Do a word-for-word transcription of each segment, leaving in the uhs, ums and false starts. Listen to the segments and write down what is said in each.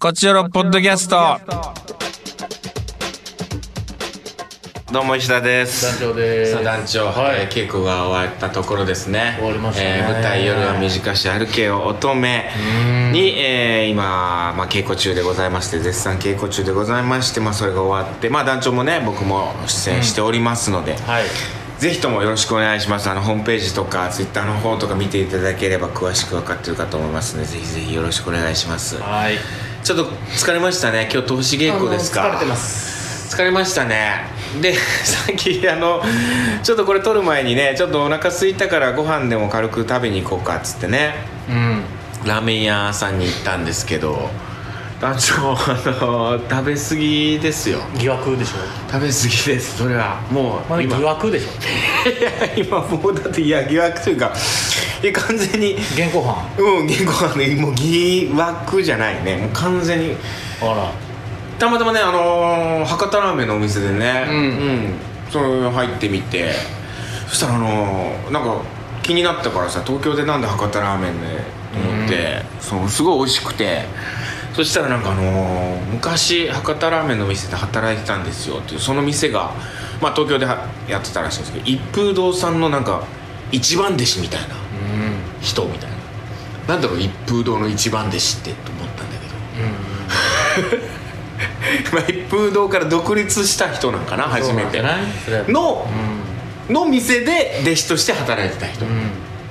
こちらのポッドキャスト。どうも石田です。 団長です。 さあ団長、はい、えー、稽古が終わったところですね。 終わりましたね。 えー、舞台夜は短し歩けよ乙女に、えー、今、まあ、稽古中でございまして、絶賛稽古中でございまして、まあ、それが終わって、まあ、団長もね僕も出演しておりますので、うん、はい、ぜひともよろしくお願いします。あのホームページとかツイッターの方とか見ていただければ詳しく分かってるかと思いますので、ぜひぜひよろしくお願いします。はい、ちょっと疲れましたね。今日通し稽古ですか。 疲れてます。 疲れましたね。でさっきあのちょっとこれ撮る前にね、ちょっとお腹空いたからご飯でも軽く食べに行こうかっつってね、うん、ラーメン屋さんに行ったんですけど、団長あの食べ過ぎですよ。 疑惑でしょ。 食べ過ぎです。それはもう、 まあ、疑惑でしょ。いや今もうだって、いや疑惑というか、いや完全に現行犯。 うん、現行犯ね。もう疑惑じゃないね、もう完全に。あら、たまたまね、あのー、博多ラーメンのお店でね、うん、うん、それ入ってみて、そしたらあのー、なんか気になったからさ、東京でなんで博多ラーメンでと思って、うん、そうすごい美味しくて、そしたらなんかあのー、昔博多ラーメンの店で働いてたんですよっていう、その店が、まあ、東京でやってたらしいんですけど、一風堂さんのなんか一番弟子みたいな人みたいな、なんだろう一風堂の一番弟子ってと思ったんだけど、うんまあ、一風堂から独立した人なんかな、初めての、うん、の店で弟子として働いてた人、うんうん、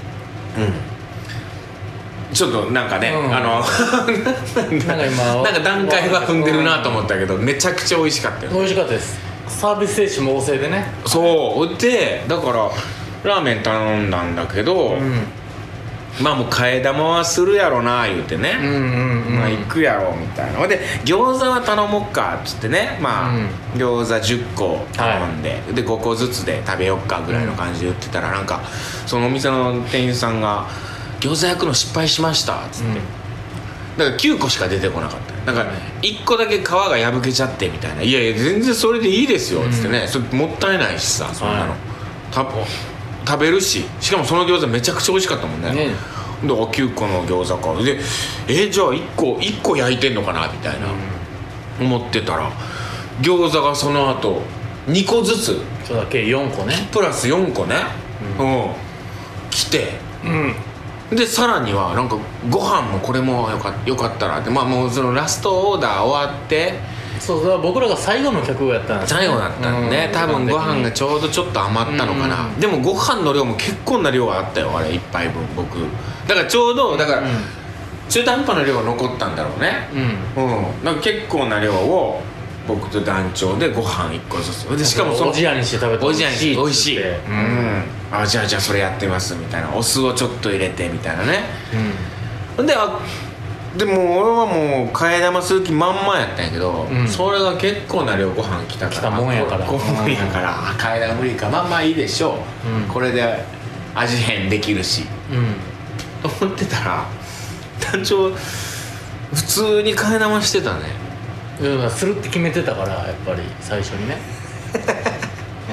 ちょっとなんかね、うん、あのなんか今なんか段階は踏んでるなと思ったけど、めちゃくちゃ美味しかったよ、ね、 美味しかったです。サービス精神旺盛でね。 そうで、だからラーメン頼んだんだけど、うん、まあもう替え玉はするやろな言うてね、うんうんうん、まあ行くやろみたいなで、餃子は頼もっかっつってね、まあ、うん、餃子じゅっこ頼んで、はい、でごこずつで食べよっかぐらいの感じで言ってたら、なんかそのお店の店員さんが餃子焼くの失敗しましたっつって、うん、だからきゅうこしか出てこなかった。だからいっこだけ皮が破けちゃってみたいな、いやいや全然それでいいですよっつってね、うん、それもったいないしさ、そんなの、はい、食べるし、しかもその餃子めちゃくちゃ美味しかったもんね。ねできゅうこの餃子かで、えじゃあいっこいっこ焼いてんのかなみたいな、うん、思ってたら、餃子がその後にこずつ、 そうだ計よんこね、 プラスよんこね、うん、うん、来て、うん、でさらにはなんかご飯もこれもよか、よかったらって、まあもうそのラストオーダー終わって、 そうそう、僕らが最後の客をやったんですね。 最後だったんで、うん、多分ご飯がちょうどちょっと余ったのかな、うん、でもご飯の量も結構な量があったよ、あれいっぱいぶん。僕だからちょうどだから、うん、中途半端な量が残ったんだろうね、うん、うん、なんか結構な量を僕と団長でご飯いっこずつで、しかもそのおじやにして食べておじやにして美味しい、うん、あじゃあじゃあそれやってますみたいな、お酢をちょっと入れてみたいなね、うん、で、あでも俺はもう替え玉する気満々やったんやけど、うん、それが結構な量ご飯来たから、来たもんやからご飯やから、あ替え玉無理か、まあまあいいでしょう、うん、これで味変できるし、うん、と思ってたら団長普通に替え玉してたね。 うん、するって決めてたから、やっぱり最初にねうん、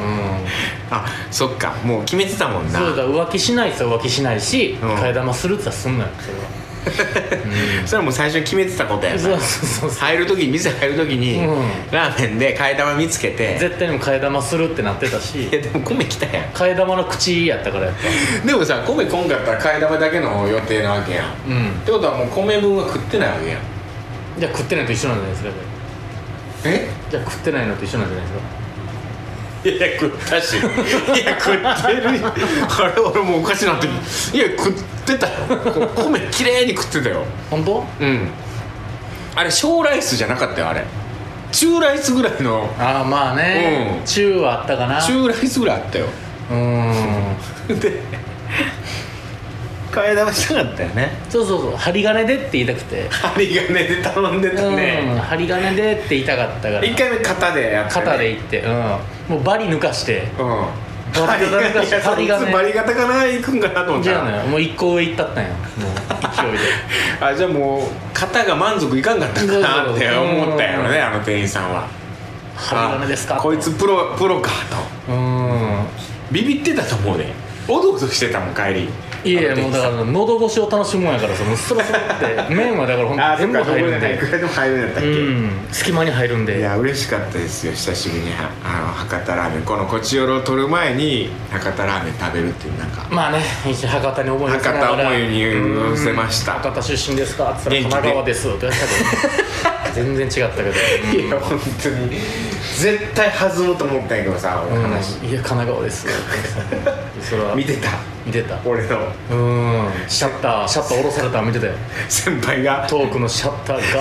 あそっか、もう決めてたもんな。 そうだ、浮気しないって浮気しないし、うん、替え玉するって言ったらすんのよ、それはうん、それはもう最初に決めてたことやから。そうそうそうそう、入る時に店入る時に、うん、ラーメンで替え玉見つけて絶対にも替え玉するってなってたし、 いやでも米来たやん、 替え玉の口やったからやっぱ。 でもさ、米こんかったら替え玉だけの予定なわけやん、うん、ってことはもう米分は食ってないわけやん。 じゃあ食ってないと一緒なんじゃないですか。 えじゃあ食ってないのと一緒なんじゃないですか。 いや食ったし、いや食ってるあれ俺もうおかしなって、いや食ってたよ米きれいに食ってたよ。 本当？ うん、あれ小ライスじゃなかったよ、あれ中ライスぐらいの。 ああまあね、うん、中はあったかな。 中ライスぐらいあったよ。うーんで替え玉したかったよね。 そうそうそう、針金でって言いたくて、 針金で頼んでたね、 うん、針金でって言いたかったからいっかいめ肩でやって、ね、 肩でいって、うん、もうバリ抜かして、うん、 バリ型抜かして針金バリ型かな行くんかなと思ったら、 じゃあね、もういっこ上行ったったんよ、もう勢いであ、じゃあもう肩が満足いかんかったかなって思ったよね、あの店員さんは。 針金ですか、 こいつプロプロかと、うん、ビビってたと思うね。おどおどしてたもん帰り。 いやいやもうだから喉越しを楽しむもんやからさ、もうストロスって麺はだからほんと全部入るんで、 いくらでも入るんやったっけ、 うん、隙間に入るんで。 いや嬉しかったですよ、久しぶりにあの博多ラーメン、このこちよろを取る前に博多ラーメン食べるっていう、なんかまあね、一緒博多に思い博多思いに寄せました。 博多出身ですかって言ったら神奈川ですって言われたけど全然違ったけど、 うん、いや本当に絶対弾むと思ったんやけどさ、俺話、 うん、いや神奈川ですそれは見てた見てた俺のうんシャッターシャッター下ろされたの見てたよ、 先輩がトークのシャッターが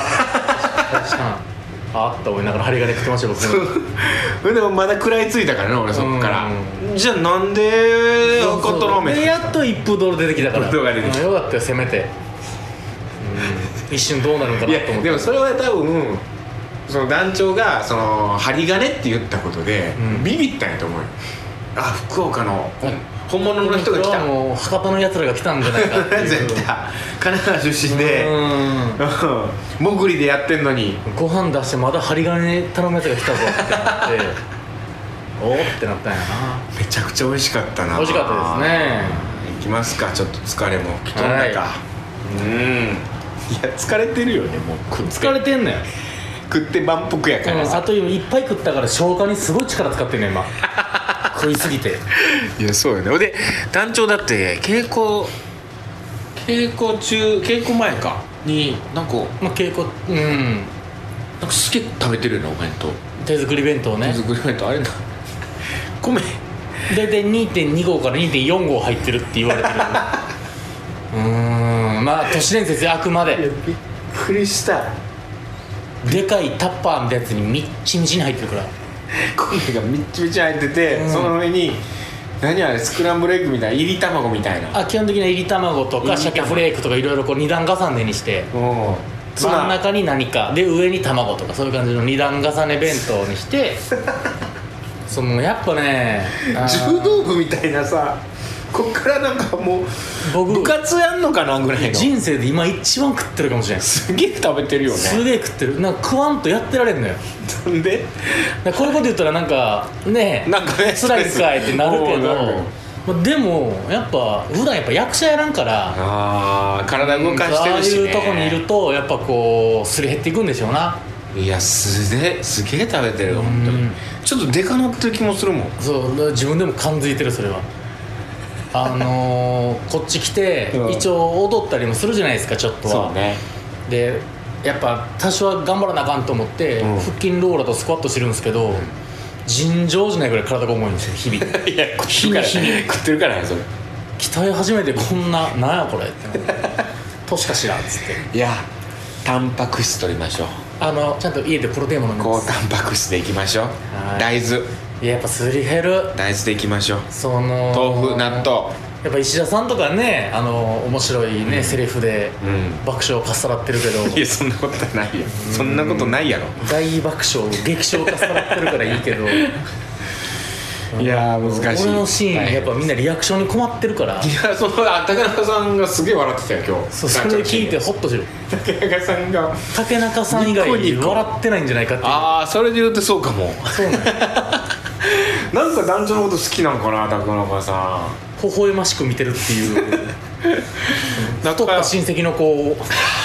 あった思いながら針金食ってましたよ僕。でもまだ食らいついたからね俺そっから、じゃあなんで博多ラーメンでやっと一風堂出てきたから、 一風堂が出てきた、 よかったよせめて、うん、一瞬どうなるのかなと思って。いやでもそれは多分その団長がその針金って言ったことで、うん、ビビったんやと思うよ。あ、福岡の、うん、本物の人が来た、 もう博多のやつらが来たんじゃないかっていう絶対神奈川出身で潜りでやってんのにご飯出してまだ針金頼むやつが来たぞってなっておーってなったんやな。 めちゃくちゃ美味しかったな。 美味しかったですね。 行きますか、ちょっと疲れも来とんだか、はい、うん、いや疲れてるよね、もう疲れてんのよ食って満腹やからさ、 うん、あといっぱい食ったから消化にすごい力使ってんね今食いすぎて。 いやそうよね。で団長だって稽古稽古中稽古前かになんか、 まあ、稽古うんなんかすげえ食べてるよね、お弁当、 手作り弁当ね。 手作り弁当あれな米大体 にてんに 号から にてんよん 号入ってるって言われてるうーん、まあ都市伝説であくまで。 びっくりした。 でかいタッパーみたいなやつにみっちみちに入ってるから、 米がみっちみち入ってて、うん、その上に何あれスクランブルエッグみたいな、入り卵みたいな、 あ、基本的には入り卵とか鮭フレークとかいろいろこう二段重ねにして、真ん中に何かで上に卵とかそういう感じの二段重ね弁当にしてそのやっぱね柔道部みたいなさ、こっからなんかもう僕部活やんのかなぐらいの、 人生で今一番食ってるかもしれない。 すげえ食べてるよね。 すげえ食ってる。なんか食わんとやってられんのよ。 なんでこういうこと言ったらなんかねなんかね辛いんかいってなるけどでもやっぱ普段やっぱ役者やらんから、 あ体動かしてるしね、 ああいうとこにいるとやっぱこうすり減っていくんでしょうな。 いやすげえすげえ食べてるよ本当に。ちょっとデカなってる気もするもん。 そう自分でも感づいてるそれは。あのー、こっち来て、うん、一応踊ったりもするじゃないですかちょっとは。 そうね。 でやっぱ多少は頑張らなあかんと思って、うん、腹筋ローラーとスクワットしてるんですけど、うん、尋常じゃないぐらい体が重いんですよ日々。 いや食ってるから日々 食ってるからねそれ。 鍛え始めてこんななんやこれって年かしらっつって。 いやタンパク質取りましょう。 あのちゃんと家でプロテインも飲みます。 高タンパク質でいきましょう。大豆。 いややっぱすり減る。 大豆でいきましょう。 その豆腐納豆。 やっぱ石田さんとかねあの面白いね、うん、セリフで爆笑をかっさらってるけど、 いやそんなことないよ、うん、そんなことないやろ。 大爆笑激笑かっさらってるからいいけどいや難しい。 俺のシーンやっぱみんなリアクションに困ってるから。いやその竹中さんがすげえ笑ってたよ今日。 そうそれ聞いてホッとしてる。 竹中さんが竹中さん以外に笑ってないんじゃないかっていう。 ああそれで言うとそうかも。 そうなんなんか団長のこと好きなんかな竹中さん。 微笑ましく見てるっていう太った親戚の子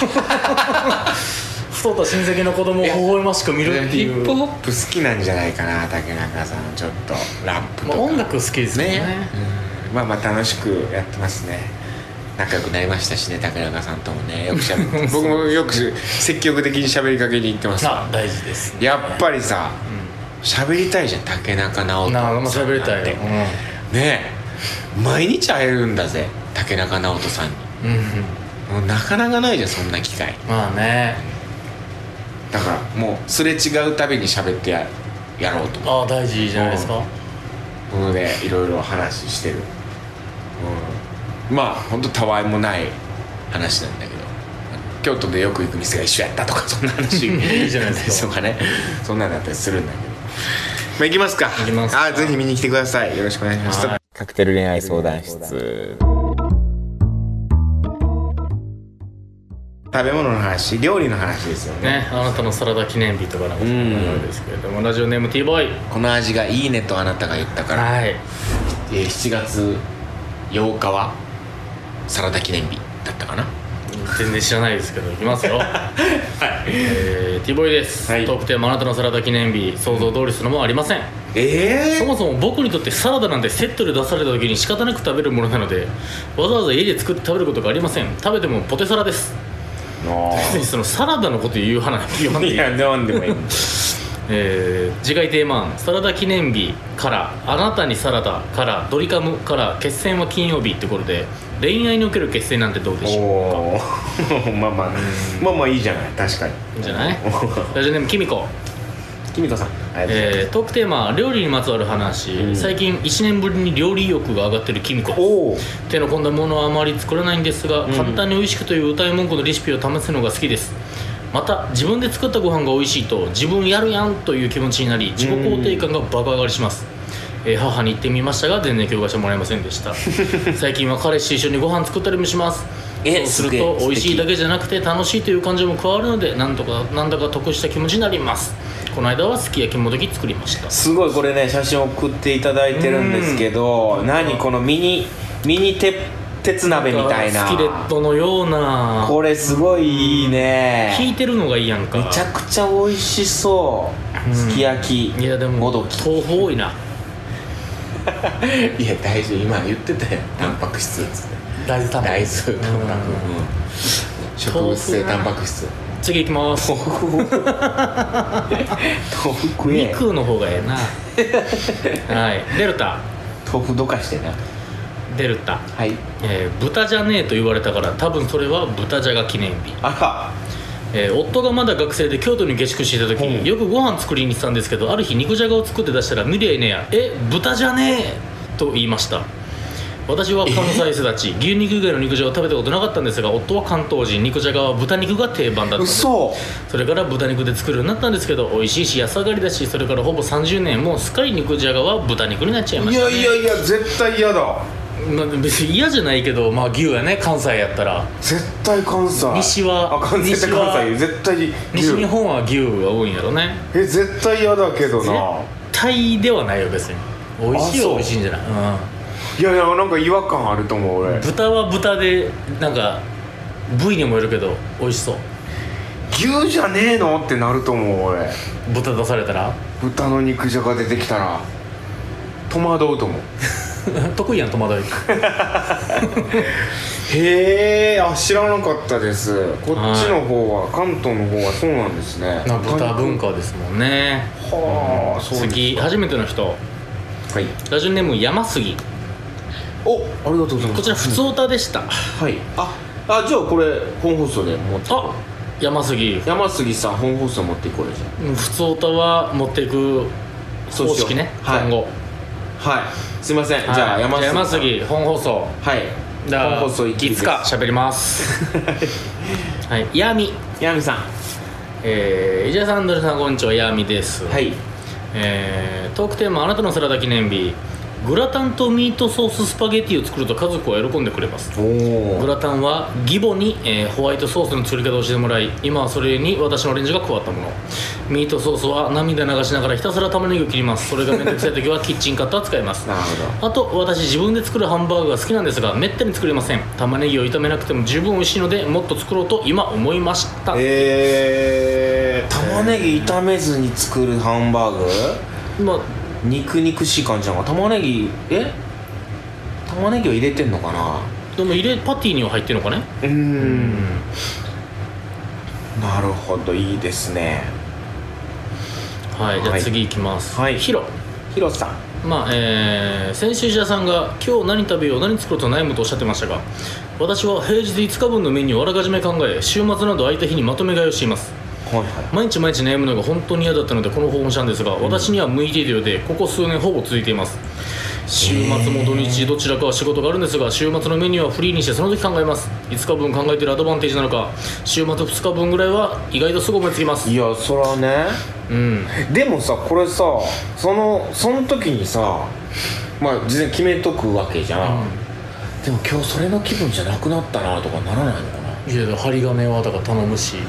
太った親戚の子供を微笑ましく見るっていう。 ヒップホップ好きなんじゃないかな竹中さん。ちょっとラップとか、 まあ、音楽好きですよね。ね、 うん、まあまあ楽しくやってますね。仲良くなりましたしね竹中さんともねよくしゃべって僕もよく積極的に喋りかけに行ってます。 あ大事です、ね、 やっぱりさ喋、うん、りたいじゃん竹中直人さんなんて。 喋りたいよ、うん、 ねえ毎日会えるんだぜ竹中直人さんに、うんうん、もうなかなかないじゃんそんな機会。 まあねだからもうすれ違うたびに喋って や, やろうと思って。 ああ大事じゃないですか。 なのでいろいろ話してる、うん、まあ本当たわいもない話なんだけど京都でよく行く店が一緒やったとかそんな話いいじゃないですかね、そんなのだったりするんだけど、まあ、行きますか。 行きますか。 あぜひ見に来てください。よろしくお願いします。カクテル恋愛相談室。食べ物の話、料理の話ですよね。 ね、あなたのサラダ記念日とかなんかそうなんですけれども、ラジオネーム T ボーイ。 この味がいいねとあなたが言ったから、 はい、 えー、しちがつようかはサラダ記念日だったかな。 全然知らないですけどいきますよ。はい、えー、ティボイです、はい、トークテーマあなたのサラダ記念日、想像通りするのもありません。 えー、 そもそも僕にとってサラダなんてセットで出された時に仕方なく食べるものなので、わざわざ家で作って食べることがありません。食べてもポテサラです。あそのサラダのこと言う話言わんでいい。 いやなんでもいい。 えー、次回テーマサラダ記念日からあなたにサラダからドリカムから決戦は金曜日ってことで、恋愛における決戦なんてどうでしょうか。 まあまあまあまあいいじゃない。確かにいいんじゃない。ラジオネームきみこきみこさん、 えー、トークテーマ料理にまつわる話、うん、最近いちねんぶりに料理意欲が上がってるきみこです。手の込んだものはあまり作れないんですが、うん、簡単に美味しくという歌い文句のレシピを試すのが好きです。また自分で作ったご飯が美味しいと自分やるやんという気持ちになり、自己肯定感が爆上がりします。えー、母に言ってみましたが全然共感してもらえませんでした。最近は彼氏と一緒にご飯作ったりもします。そうすると美味しいだけじゃなくて楽しいという感情も加わるので、なんとかなんだか得した気持ちになります。この間はすき焼きもどき作りました。 すごいこれね写真送っていただいてるんですけど、何このミニミニ鉄鉄鍋みたいなスキレットのような、 これすごいいいね。 引いてるのがいいやんか。 めちゃくちゃ美味しそう、うん、すき焼き。 いやでももどき豆腐多いな。 いや大丈夫、今言ってたよ、タンパク質っつって。 大豆タンパク大豆タンパク、うん、植物性タンパク質。 次いきます。豆腐豆腐食え。肉の方がええな。はい、デルタ豆腐どかしてな。 デルタ、 はい、 えー、豚じゃねえと言われたから多分それは豚じゃが記念日。 あら、 えー、夫がまだ学生で京都に下宿していた時、うん、よくご飯作りに行ってたんですけど、ある日肉じゃがを作って出したら無理やねや、え豚じゃねえと言いました。私は関西育ち、牛肉以外の肉じゃがを食べたことなかったんですが、夫は関東人、肉じゃがは豚肉が定番だったので、それから豚肉で作るようになったんですけど、美味しいし安上がりだし、それからほぼさんじゅうねんもうすっかり肉じゃがは豚肉になっちゃいましたね。 いやいやいや絶対嫌だ。 まあ、別に嫌じゃないけど、まあ牛やね、関西やったら絶対関西。 西はあ関西関西絶対牛。 西日本は牛が多いんやろね。 え絶対嫌だけどな。絶対ではないよ別に。美味しいは美味しいんじゃない。うん、 いやいやなんか違和感あると思う俺。 豚は豚でなんか部位にもよるけど美味しそう。 牛じゃねえのってなると思う俺。 豚出されたら、 豚の肉じゃが出てきたら戸惑うと思う。 得意やん戸惑い。 へえ、あ知らなかったです。こっちの方は、はい、関東の方はそうなんですね。 豚文化ですもんね。はあ、そうですか。次初めての人、はい、ラジオネーム山杉。 お、ありがとうございます。 こちら普通歌でした。 はい。あ、あじゃあこれ本放送で持ってこう。 あ、山杉山杉さん本放送持っていこうじゃん。 普通歌は持っていく方式ね。今後。 はい。すいません、はい、じゃあ山杉山杉本放送、 はい、 本放送いつか喋ります。はい、ヤミヤミさん、 えー、イジャサンドルさんこんにちは、ヤミです。 はい、 えー、トークテーマあなたのサラダ記念日。グラタンとミートソーススパゲティを作ると家族は喜んでくれます。グラタンは義母に、えー、ホワイトソースの作り方を教えてもらい、今はそれに私のアレンジが加わったもの。ミートソースは涙流しながらひたすら玉ねぎを切ります。それがめんどくさい時はキッチンカッターを使います。 なるほど。 あと私自分で作るハンバーグが好きなんですがめったに作れません。玉ねぎを炒めなくても十分美味しいのでもっと作ろうと今思いました。 えー、玉ねぎ炒めずに作るハンバーグ、まあ肉肉しい感じなのか。玉ねぎえ玉ねぎを入れてんのかな。 でも入れパティには入ってるのかね。 うーん、なるほど、いいですね。 はい、じゃあ次いきます。はい、ヒロヒロさん、 まあえー、先週石田さんが今日何食べよう何作ろうと悩むとおっしゃってましたが、私は平日いつかぶんのメニューをあらかじめ考え週末など空いた日にまとめ買いをしています。はいはい、毎日毎日悩むのが本当に嫌だったのでこの方法したんですが、うん、私には向いているようでここ数年ほぼ続いています。週末も土日どちらかは仕事があるんですが、週末のメニューはフリーにしてその時考えます。いつかぶん考えているアドバンテージなのか、週末ふつかぶんぐらいは意外とすぐ思いつきます。 いやそらね、うん、でもさこれさそのその時にさまあ事前決めとくわけじゃん、うん、でも今日それの気分じゃなくなったなとかならないのかな。 いや針金はだから頼むし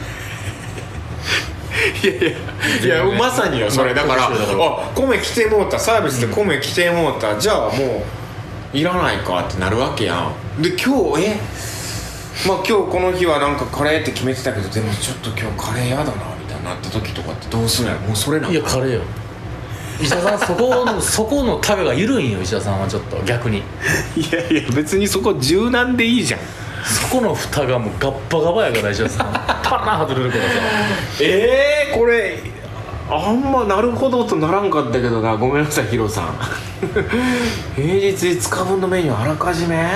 いやいやいや、まさによそれだから、あ米来てもうたサービスで米来てもうた、うん、じゃあもういらないかってなるわけやん。で今日えまあ今日この日はなんかカレーって決めてたけど、でもちょっと今日カレーやだなみたいになった時とかってどうするんやろ。もうそれなんかいやカレーよ。石田さんそこのそこのタガが緩いんよ。石田さんはちょっと逆に。 いやいや別にそこ柔軟でいいじゃん。 そこの蓋がもうガッバガバやから石田さんパラン外れるからさ。 えー、これあんまなるほどとならんかったけどな。ごめんなさいヒロさん平日いつかぶんのメニューあらかじめ。うん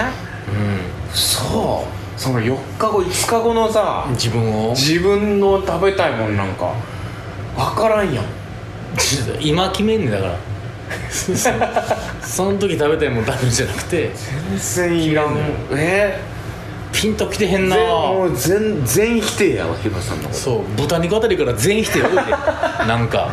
そうそのよっかごいつかごのさ自分を自分の食べたいもんなんか分からんやん。 今決めんねんだからその時食べたいもん食べるんじゃなくて全然いらん。えー、ピンときてへんな。 もう全全否定やわヒロさんのこと。 そう豚肉あたりから全否定多いでなんか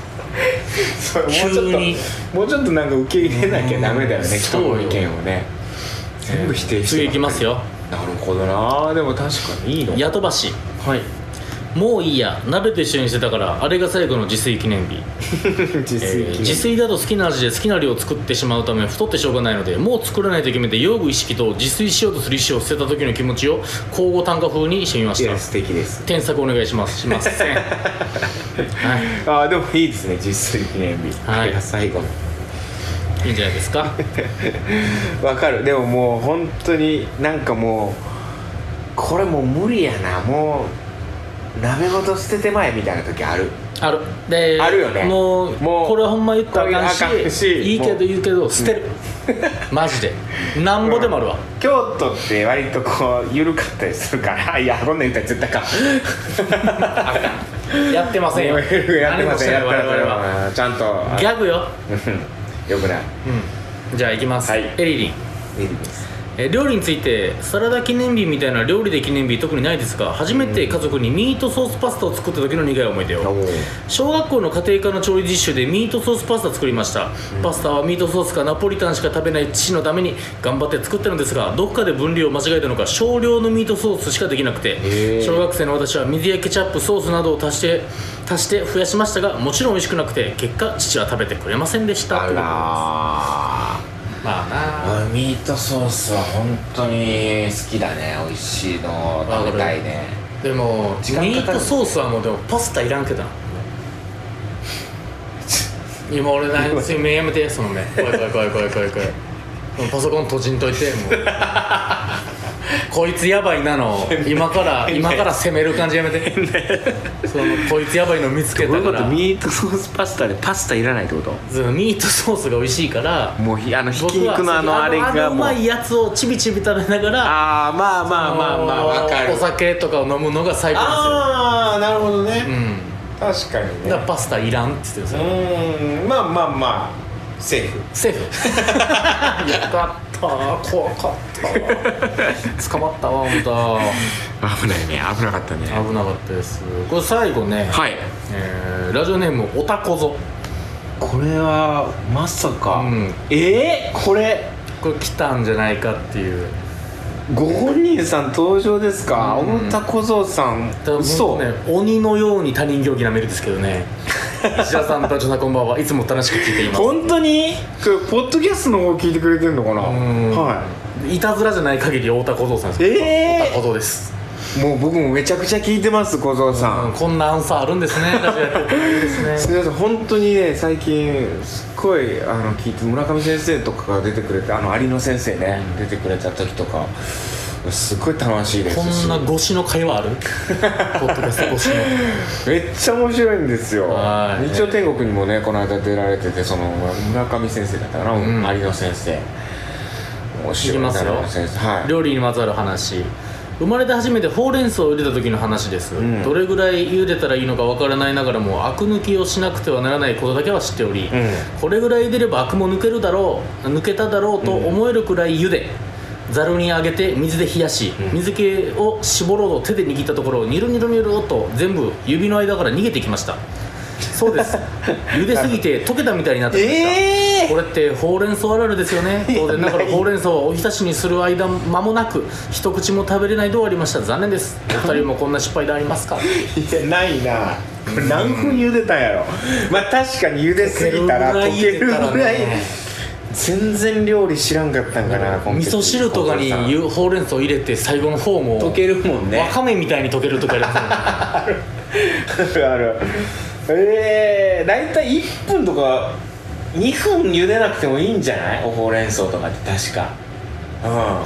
急にもうちょっとなんか受け入れなきゃダメだよね、人の意見をね。全部否定して。 次いきますよ。 なるほどな。でも確かにいいの。 ヤトバシ、 はい。 もういいや、鍋と一緒にしてたからあれが最後の自炊記念日自炊記念日、 えー、自炊だと好きな味で好きな量を作ってしまうため太ってしょうがないので、もう作らないと決めて用具意識と自炊しようとする意思を捨てた時の気持ちを交互短歌風にしてみました。 いや素敵です。 添削お願いします。しません、はい、 あでもいいですね、自炊記念日、はい、最後のいいんじゃないですかわかる。でももう本当になんかもうこれもう無理やな、もう鍋ごと捨ててまえみたいな時あるあるであるよね。 もうもうこれはほんま言ったらあかんし、しいいけど言うけど捨てる、うん、マジでなんぼでもあるわ、うん、 京都って割とこう緩かったりするからいやこんなん言ったら絶対かやってませんよやってませんやってませんちゃんとギャグよよくない、 うん、じゃあいきます、はい、エリリン。 エリリンです。 え料理についてサラダ記念日みたいな料理で記念日特にないですが、初めて家族にミートソースパスタを作った時の苦い思い出を。小学校の家庭科の調理実習でミートソースパスタ作りました、うん、パスタはミートソースかナポリタンしか食べない父のために頑張って作ったのですが、どっかで分量を間違えたのか少量のミートソースしかできなくて、小学生の私は水やケチャップソースなどを足して足して増やしましたが、もちろん美味しくなくて結果父は食べてくれませんでした。 あらまあな、 ミートソースは本当に好きだね。美味しいの食べたいね。 でもミートソースはもうでもパスタいらんけどな今俺な水面やめて、その目怖い怖い怖い怖い怖い怖いパソコン閉じんといてもうこいつやばいなの今から今から攻める感じやめてそのこいつやばいの見つけたから。 どういうこと？ミートソースパスタでパスタいらないってこと？ ミートソースが美味しいからもうあのひき肉のあのあれがもうあのうまいやつをちびちび食べながら、 ああまあまあまあまあわかる。 お酒とかを飲むのが最高ですよ。 ああなるほどね、うん、確かにね。 だからパスタいらんって言ってるんですよ。 うんまあまあまあセーフセーフよかった怖かった捕まったわ本当。 危ないね、危なかったね。 危なかったです。これ最後ね、 はい、 えー、ラジオネームおたこぞ。 これはまさか、うん、えー、これこれ来たんじゃないかっていう。 ご本人さん登場ですか？おたこぞさん。 嘘ね、鬼のように他人行儀なメールですけどね石田さんとジョナこんばんはいつも楽しく聞いています。 本当にポッドキャストの方聞いてくれてるのかな。はい、 いたずらじゃない限り太田小僧さんですけど、 えー、 太田小僧です。 もう僕もめちゃくちゃ聞いてます小僧さん、 うん、こんなアンサーあるんですねラジオやってていいですね。 すみません本当にね最近すっごいあの聞いて村上先生とかが出てくれて、あの有野先生ね、うん、出てくれた時とかすっごい楽しいですし。 こんな越しの会話あるポッドキャスト越しのめっちゃ面白いんですよ。日曜天国にもねこの間出られてて、その村上先生だったかな、うん、有野先生面白いな先生、はい、 料理にまつわる話。生まれて初めてほうれん草を茹でた時の話です、うん、どれぐらい茹でたらいいのかわからないながらもアク抜きをしなくてはならないことだけは知っており、うん、これぐらい茹でればアクも抜けるだろう抜けただろうと思えるくらい茹で、ざるにあげて水で冷やし、うん、水気を絞ろうと手で握ったところニルニルニルと全部指の間から逃げてきました。そうです茹ですぎて溶けたみたいになってました、えー、これってほうれん草あるあるですよね。当然ながらほうれん草はおひたしにする間間もなく一口も食べれないで終わりました。残念です。お二人もこんな失敗でありますか？ いやないな。これ何分茹でたんやろ、うん、まあ確かに茹ですぎたら溶けるぐらい全然料理知らんかったんかな。 味噌汁とかにほうれん草入れて最後の方も溶けるもんね。 わかめみたいに溶けるとかやつあるある。ええー、だいたいいっぷんとかにふん茹でなくてもいいんじゃない？おほうれん草とかって確か。うん、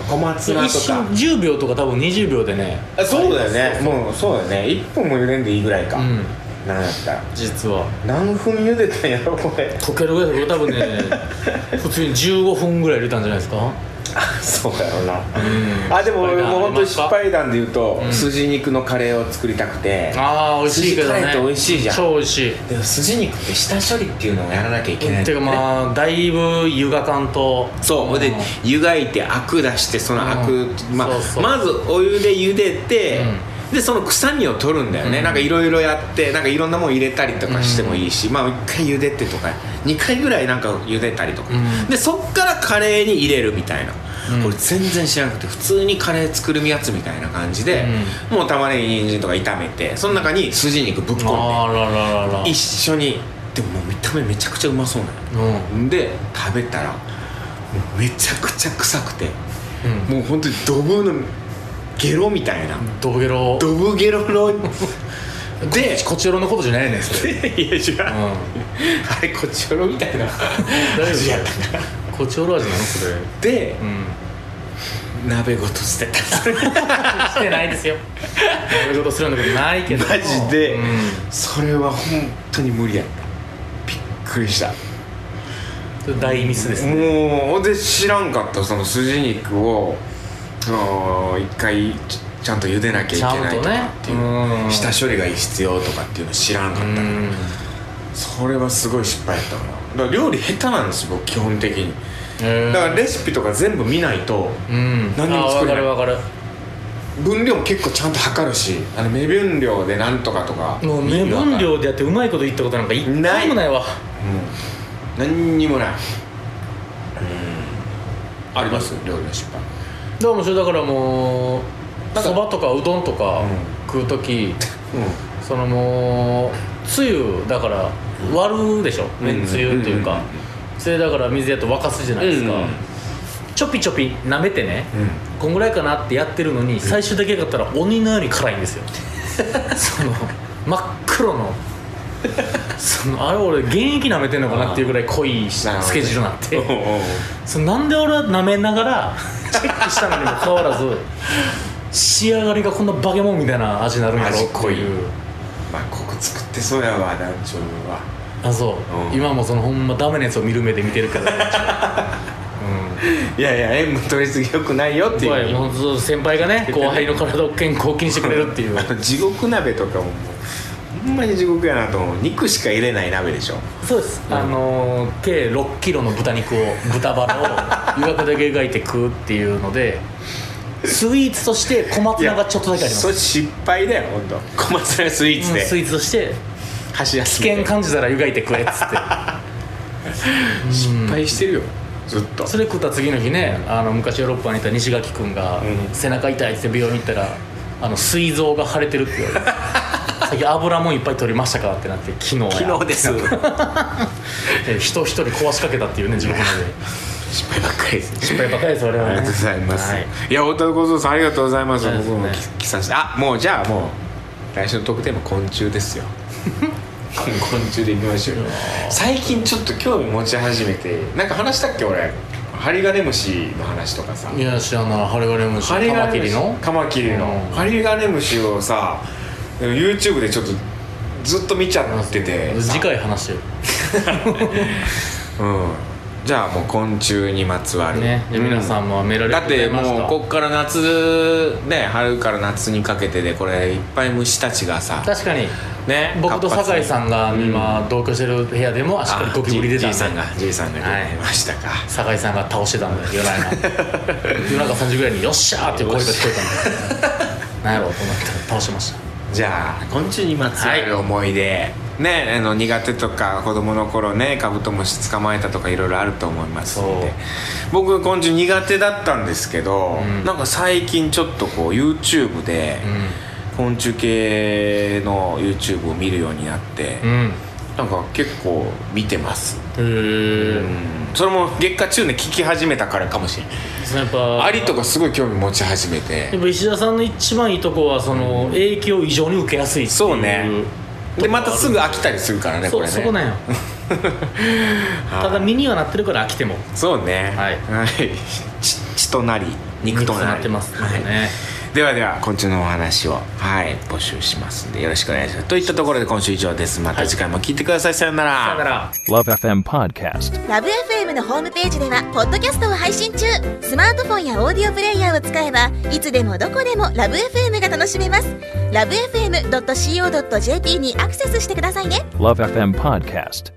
小松菜とか一瞬じゅうびょうとか多分にじゅうびょうでね。 あ、そうだよね。もうそうだよね。いっぷんも茹でんでいいぐらいか、うん、なんやったら実は何分茹でたんやろこれ。 溶けるぐらい。多分ね普通にじゅうごふんぐらい入れたんじゃないですか。 あ、そうだろうな、うん、あ、でも俺もう本当に失敗談で言うと、うん、筋肉のカレーを作りたくて。 ああ、美味しいけどね。 筋カレーって美味しいじゃん。 超美味しい。 でも筋肉って下処理っていうのをやらなきゃいけないんだよね。 てかまあだいぶ湯がかんと。 そう、うん、で湯がいてアク出して、そのアク、うん、まあ、そうそう、まずお湯で茹でて、うん、でその臭みを取るんだよね、うん、なんかいろいろやって、なんかいろんなもん入れたりとかしてもいいし、うん、まあいっかい茹でてとかにかいぐらいなんか茹でたりとか、うん、でそっからカレーに入れるみたいな、うん、これ全然知らなくて、普通にカレー作るやつみたいな感じで、うん、もう玉ねぎ人参とか炒めて、その中に筋肉ぶっ込んで、 あらららら、 一緒に。でももう見た目めちゃくちゃうまそうなの、うん、で食べたらもうめちゃくちゃ臭くて、うん、もう本当にドブのゲロみたいな、 ドブゲロドブゲロのでこちおろのことじゃないねんそれ。 いや違う、うん、あれこちおろみたいな味やったから。 こちおろ味なのそれで、うん、鍋ごと捨てた。 してないですよ。鍋ごとするんだけどないけどマジで、うん、それは本当に無理やった。びっくりした。 大ミスですね。 もうで知らんかった、その筋肉を一回ちゃんと茹でなきゃいけないとかっていう、ね、下処理が必要とかっていうの知らんかったから、それはすごい失敗やったから。だから料理下手なんですよ僕基本的に。だからレシピとか全部見ないと何にも作れない。 分かる分かる。 分量も結構ちゃんと測るし、あの目分量でなんとかとか。 もう目分量でやってうまいこと言ったことなんか一回もないわ。 うん、何にもない。うん、あります料理の失敗。 どうもそれだからもうそばとかうどんとか食う時、うん、そのもうつゆだから割るでしょ、めんつゆっていうか、それだから水やと沸かすじゃないですか、うんうん、ちょぴちょぴ舐めてね、うん、こんぐらいかなってやってるのに、最終的にやったら鬼のように辛いんですよ。その真っ黒のそのあれ俺現役舐めてんのかなっていうぐらい濃いつけ汁になって、そのなんで俺は舐めながらチェックしたのにもかかわらず仕上がりがこんなバケモンみたいな味になるんやろっていう。 まあ濃く作ってそうやわ団長は。 あ、そう、うん、今もそのほんまダメなやつを見る目で見てるから、ね。 うん、いやいや塩分取りすぎよくないよっていう。 もう先輩がね後輩の体を健康気にしてくれるっていう。 地獄鍋とかももうほんまに地獄やなと思う。肉しか入れない鍋でしょ。 そうです、うん、あのー、計ろっキロの豚肉を豚バラを湯がくだけ湯がいて食うっていうのでスイーツとして小松菜がちょっとだけあります。 それ失敗だよ本当。小松菜スイーツで、 うん、スイーツとして箸休め危険感じたら湯がいて食えっつって失敗してるよずっと。 それ食った次の日ね、あの昔ヨーロッパにいた西垣君が、うん、背中痛いって病院に行ったらあの膵臓が腫れてるって言われて最近油もんいっぱい取りましたかってなって、昨日や昨日です人一人壊しかけたっていうね自分まで失敗ばっかりです。 失敗ばっかりです。我々は、ね、 ありがとうございます、はい、いや太田小僧さんありがとうございます。僕も来させて、あ、もうじゃあもう来週のトークテーマ昆虫ですよ。昆虫でいきましょう。最近ちょっと興味持ち始めて、なんか話したっけ俺、ハリガネムシの話とかさ。 いや知らない。ハリガネムシ、カマキリのカマキリのハリガネムシをさ YouTube でちょっとずっと見ちゃってて、 次回話してる。 うん、じゃあもう昆虫にまつわる、 ね、で皆さんもメールだってもうこっから夏ね、春から夏にかけてでこれいっぱい虫たちがさ、 確かにね、僕と酒井さんが今同居してる部屋でもしっかりゴキブリ出たんで、 じいさんがじいさんが出ましたか、はい、 酒井さんが倒してたんだよ夜中夜中さんじぐらいによっしゃーっていう声が聞こえたんで何やろうと思って倒しました。 じゃあ昆虫にまつわる思い出、はいね、あの苦手とか子供の頃ねカブトムシ捕まえたとかいろいろあると思いますので、僕昆虫苦手だったんですけど、うん、なんか最近ちょっとこう YouTube で昆虫系の YouTube を見るようになって、うん、 なんか結構見てます。 へえ。 それも月下中年聞き始めたからかもしれない。やっぱアリとかすごい興味持ち始めて。 やっぱ石田さんの一番いいとこはその影響を異常に受けやすいっていう。 そうね。でまたすぐ飽きたりするからね。これね。 そこなんよただ身にはなってるから飽きても。 そうね。はい、はい、血となり肉となりなってますね、はい、 ではでは昆虫のお話を、はい、募集しますんでよろしくお願いします。といったところで今週以上です。また次回も聞いてください。さよなら。 さよなら。 ラブエフエム Podcast。 ラブ エフエム のホームページではポッドキャストを配信中。スマートフォンやオーディオプレイヤーを使えばいつでもどこでもラブ エフエム が楽しめます。ラブ エフエムドットシーオードットジェーピー にアクセスしてくださいね。 ラブエフエム Podcast。